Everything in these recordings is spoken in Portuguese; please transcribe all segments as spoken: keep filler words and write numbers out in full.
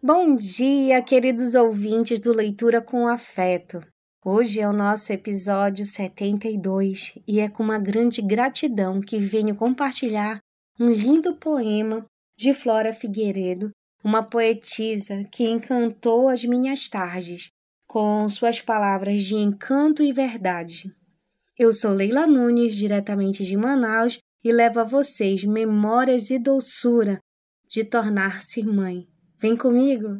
Bom dia, queridos ouvintes do Leitura com Afeto. Hoje é o nosso episódio setenta e dois e é com uma grande gratidão que venho compartilhar um lindo poema de Flora Figueiredo, uma poetisa que encantou as minhas tardes com suas palavras de encanto e verdade. Eu sou Leila Nunes, diretamente de Manaus, e levo a vocês memórias e doçura de tornar-se mãe. Vem comigo!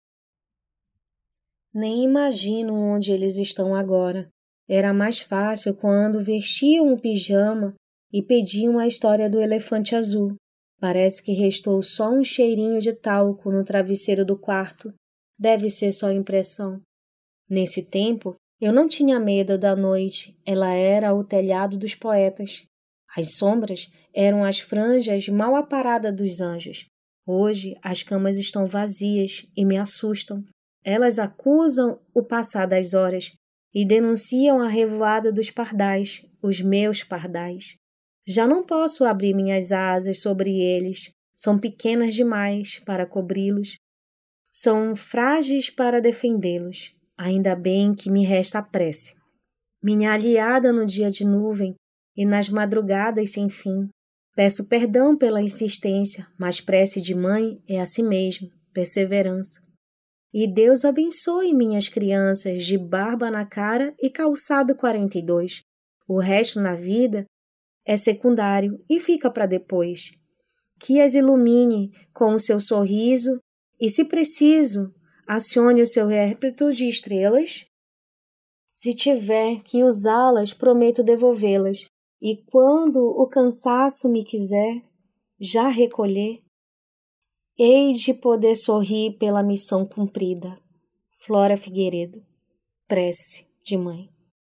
Nem imagino onde eles estão agora. Era mais fácil quando vestiam um pijama e pediam a história do elefante azul. Parece que restou só um cheirinho de talco no travesseiro do quarto. Deve ser só impressão. Nesse tempo, eu não tinha medo da noite. Ela era o telhado dos poetas. As sombras eram as franjas mal aparadas dos anjos. Hoje, as camas estão vazias e me assustam. Elas acusam o passar das horas e denunciam a revoada dos pardais, os meus pardais. Já não posso abrir minhas asas sobre eles. São pequenas demais para cobri-los. São frágeis para defendê-los. Ainda bem que me resta a prece. Minha aliada no dia de nuvem e nas madrugadas sem fim. Peço perdão pela insistência, mas prece de mãe é assim mesmo, perseverança. E Deus abençoe minhas crianças de barba na cara e calçado quarenta e dois. O resto na vida é secundário e fica para depois. Que as ilumine com o seu sorriso e, se preciso, acione o seu répito de estrelas. Se tiver que usá-las, prometo devolvê-las. E quando o cansaço me quiser já recolher, hei de poder sorrir pela missão cumprida. Flora Figueiredo, prece de mãe.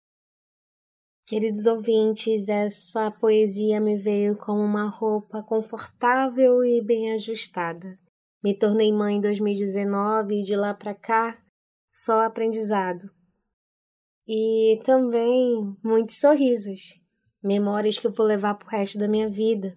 Queridos ouvintes, essa poesia me veio como uma roupa confortável e bem ajustada. Me tornei mãe em dois mil e dezenove e de lá para cá só aprendizado. E também muitos sorrisos. Memórias que eu vou levar pro resto da minha vida.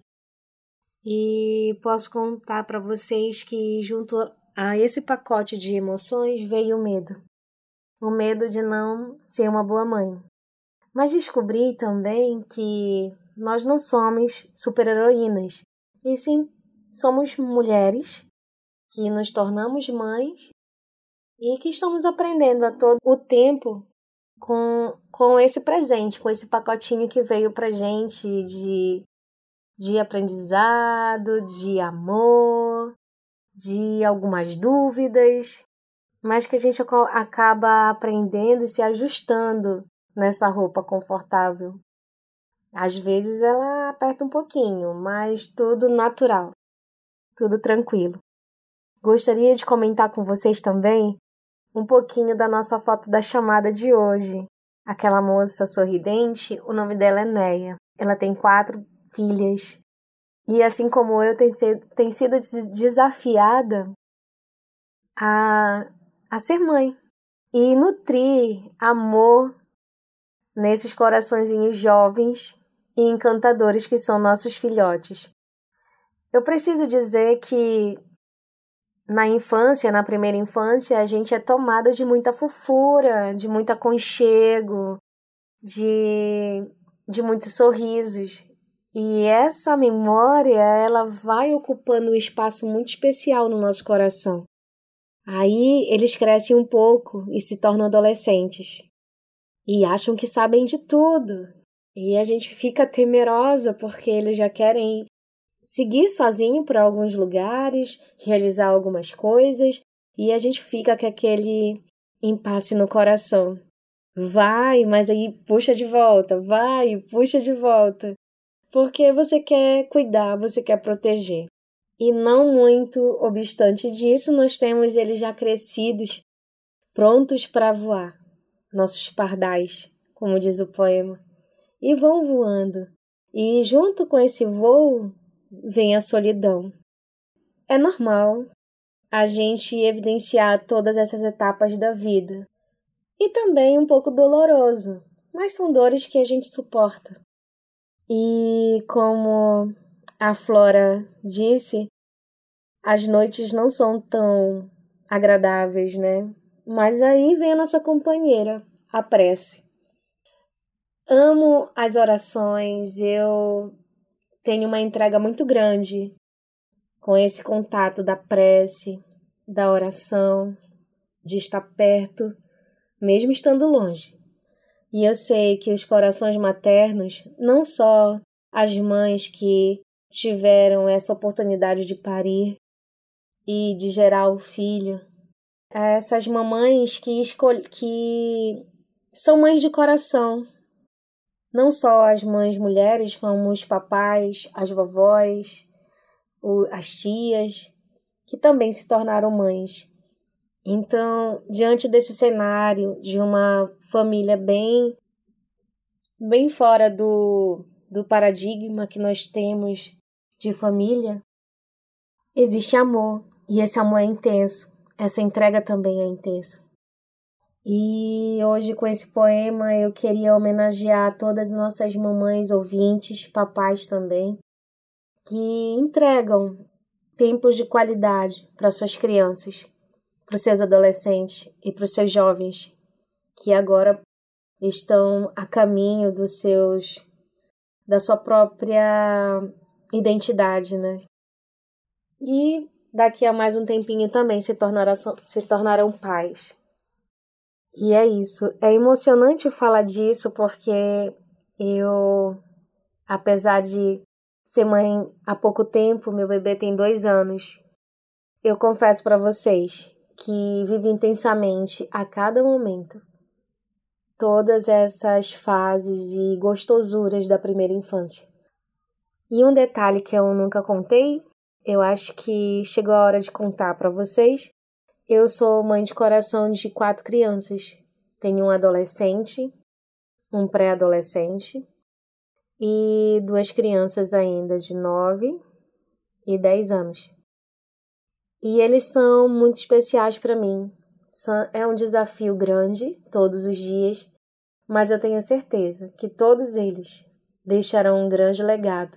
E posso contar para vocês que junto a esse pacote de emoções veio o medo. O medo de não ser uma boa mãe. Mas descobri também que nós não somos super-heroínas. E sim, somos mulheres que nos tornamos mães e que estamos aprendendo a todo o tempo Com, com esse presente, com esse pacotinho que veio pra gente de, de aprendizado, de amor, de algumas dúvidas, mas que a gente acaba aprendendo e se ajustando nessa roupa confortável. Às vezes ela aperta um pouquinho, mas tudo natural, tudo tranquilo. Gostaria de comentar com vocês também um pouquinho da nossa foto da chamada de hoje. Aquela moça sorridente, o nome dela é Neia. Ela tem quatro filhas. E assim como eu, tem, ser, tem sido desafiada a, a ser mãe. E nutrir amor nesses coraçõezinhos jovens e encantadores que são nossos filhotes. Eu preciso dizer que na infância, na primeira infância, a gente é tomada de muita fofura, de muito aconchego, de, de muitos sorrisos. E essa memória, ela vai ocupando um espaço muito especial no nosso coração. Aí eles crescem um pouco e se tornam adolescentes. E acham que sabem de tudo. E a gente fica temerosa porque eles já querem seguir sozinho para alguns lugares, realizar algumas coisas, e a gente fica com aquele impasse no coração. Vai, mas aí puxa de volta, vai, puxa de volta. Porque você quer cuidar, você quer proteger. E não muito obstante disso, nós temos eles já crescidos, prontos para voar. Nossos pardais, como diz o poema. E vão voando. E junto com esse voo, vem a solidão. É normal a gente evidenciar todas essas etapas da vida. E também um pouco doloroso, mas são dores que a gente suporta. E como a Flora disse, as noites não são tão agradáveis, né? Mas aí vem a nossa companheira, a prece. Amo as orações, eu tenho uma entrega muito grande com esse contato da prece, da oração, de estar perto, mesmo estando longe. E eu sei que os corações maternos, não só as mães que tiveram essa oportunidade de parir e de gerar o filho, essas mamães que, escol- que são mães de coração, não só as mães mulheres, como os papais, as vovós, o- as tias, que também se tornaram mães. Então, diante desse cenário de uma família bem, bem fora do, do paradigma que nós temos de família, existe amor, e esse amor é intenso, essa entrega também é intensa. E hoje, com esse poema, eu queria homenagear todas as nossas mamães ouvintes, papais também, que entregam tempos de qualidade para suas crianças, para os seus adolescentes e para os seus jovens, que agora estão a caminho dos seus, da sua própria identidade, né? E daqui a mais um tempinho também se tornarão, se tornarão pais. E é isso. É emocionante falar disso porque eu, apesar de ser mãe há pouco tempo, meu bebê tem dois anos, eu confesso para vocês que vivo intensamente a cada momento todas essas fases e gostosuras da primeira infância. E um detalhe que eu nunca contei, eu acho que chegou a hora de contar para vocês. Eu sou mãe de coração de quatro crianças. Tenho um adolescente, um pré-adolescente e duas crianças ainda de nove e dez anos. E eles são muito especiais para mim. É um desafio grande todos os dias, mas eu tenho certeza que todos eles deixarão um grande legado.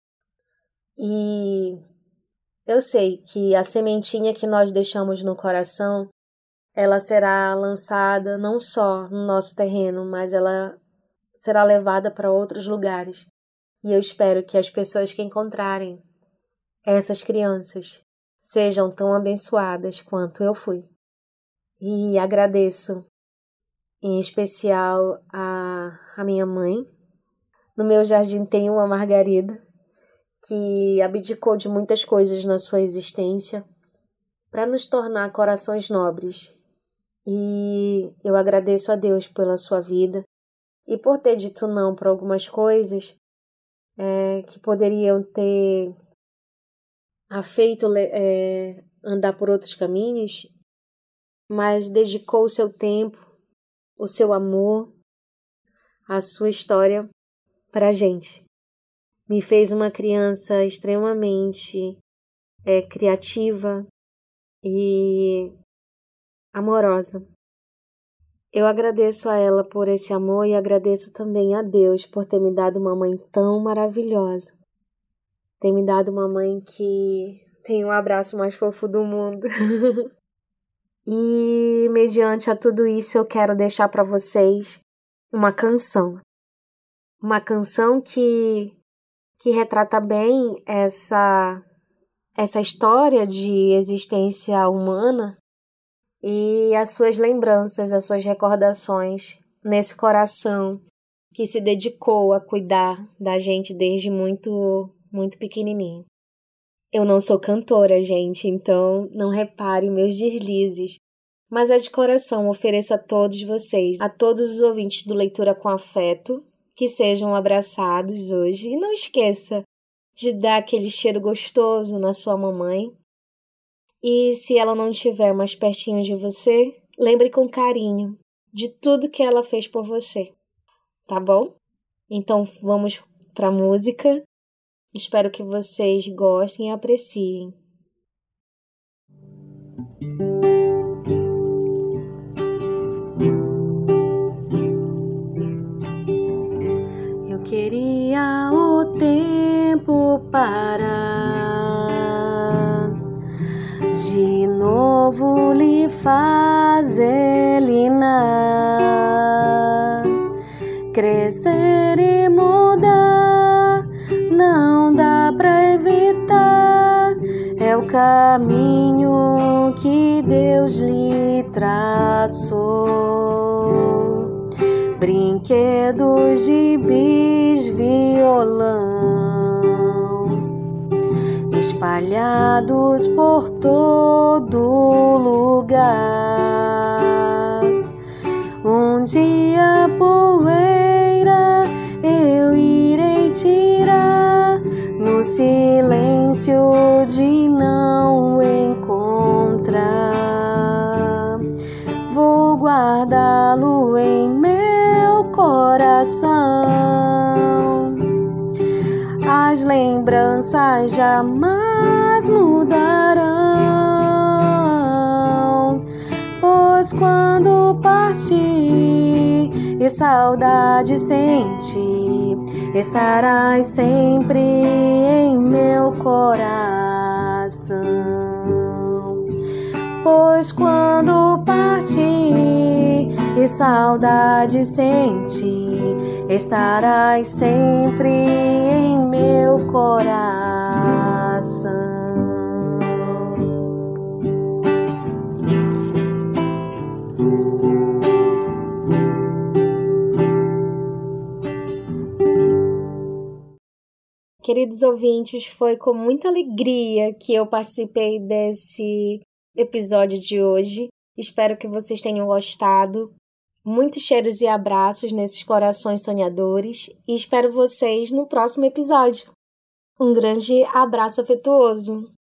E eu sei que a sementinha que nós deixamos no coração, ela será lançada não só no nosso terreno, mas ela será levada para outros lugares. E eu espero que as pessoas que encontrarem essas crianças sejam tão abençoadas quanto eu fui. E agradeço em especial a, a minha mãe. No meu jardim tem uma margarida que abdicou de muitas coisas na sua existência para nos tornar corações nobres. E eu agradeço a Deus pela sua vida e por ter dito não para algumas coisas é, que poderiam ter a feito é, andar por outros caminhos, mas dedicou o seu tempo, o seu amor, a sua história para a gente. Me fez uma criança extremamente é, criativa e amorosa. Eu agradeço a ela por esse amor e agradeço também a Deus por ter me dado uma mãe tão maravilhosa. Ter me dado uma mãe que tem o abraço mais fofo do mundo. E, mediante a tudo isso, eu quero deixar para vocês uma canção. Uma canção que, que retrata bem essa, essa história de existência humana e as suas lembranças, as suas recordações nesse coração que se dedicou a cuidar da gente desde muito, muito pequenininho. Eu não sou cantora, gente, então não reparem meus deslizes, mas é de coração ofereço a todos vocês, a todos os ouvintes do Leitura com Afeto, que sejam abraçados hoje. E não esqueça de dar aquele cheiro gostoso na sua mamãe. E se ela não estiver mais pertinho de você, lembre com carinho de tudo que ela fez por você, tá bom? Então vamos pra música. Espero que vocês gostem e apreciem. Eu queria o tempo parar, de novo vaselina, crescer e mudar, não dá pra evitar, é o caminho que Deus lhe traçou. Brinquedos, gibis, violão, espalhados por todo lugar. Um dia a poeira eu irei tirar, no silêncio de não encontrar. Vou guardá-lo em meu coração. As lembranças jamais mudarão, pois quando partir e saudade sentir, estarás sempre em meu coração. Pois quando partir e saudade sentir, estarás sempre em meu coração. Queridos ouvintes, foi com muita alegria que eu participei desse episódio de hoje. Espero que vocês tenham gostado. Muitos cheiros e abraços nesses corações sonhadores e espero vocês no próximo episódio. Um grande abraço afetuoso.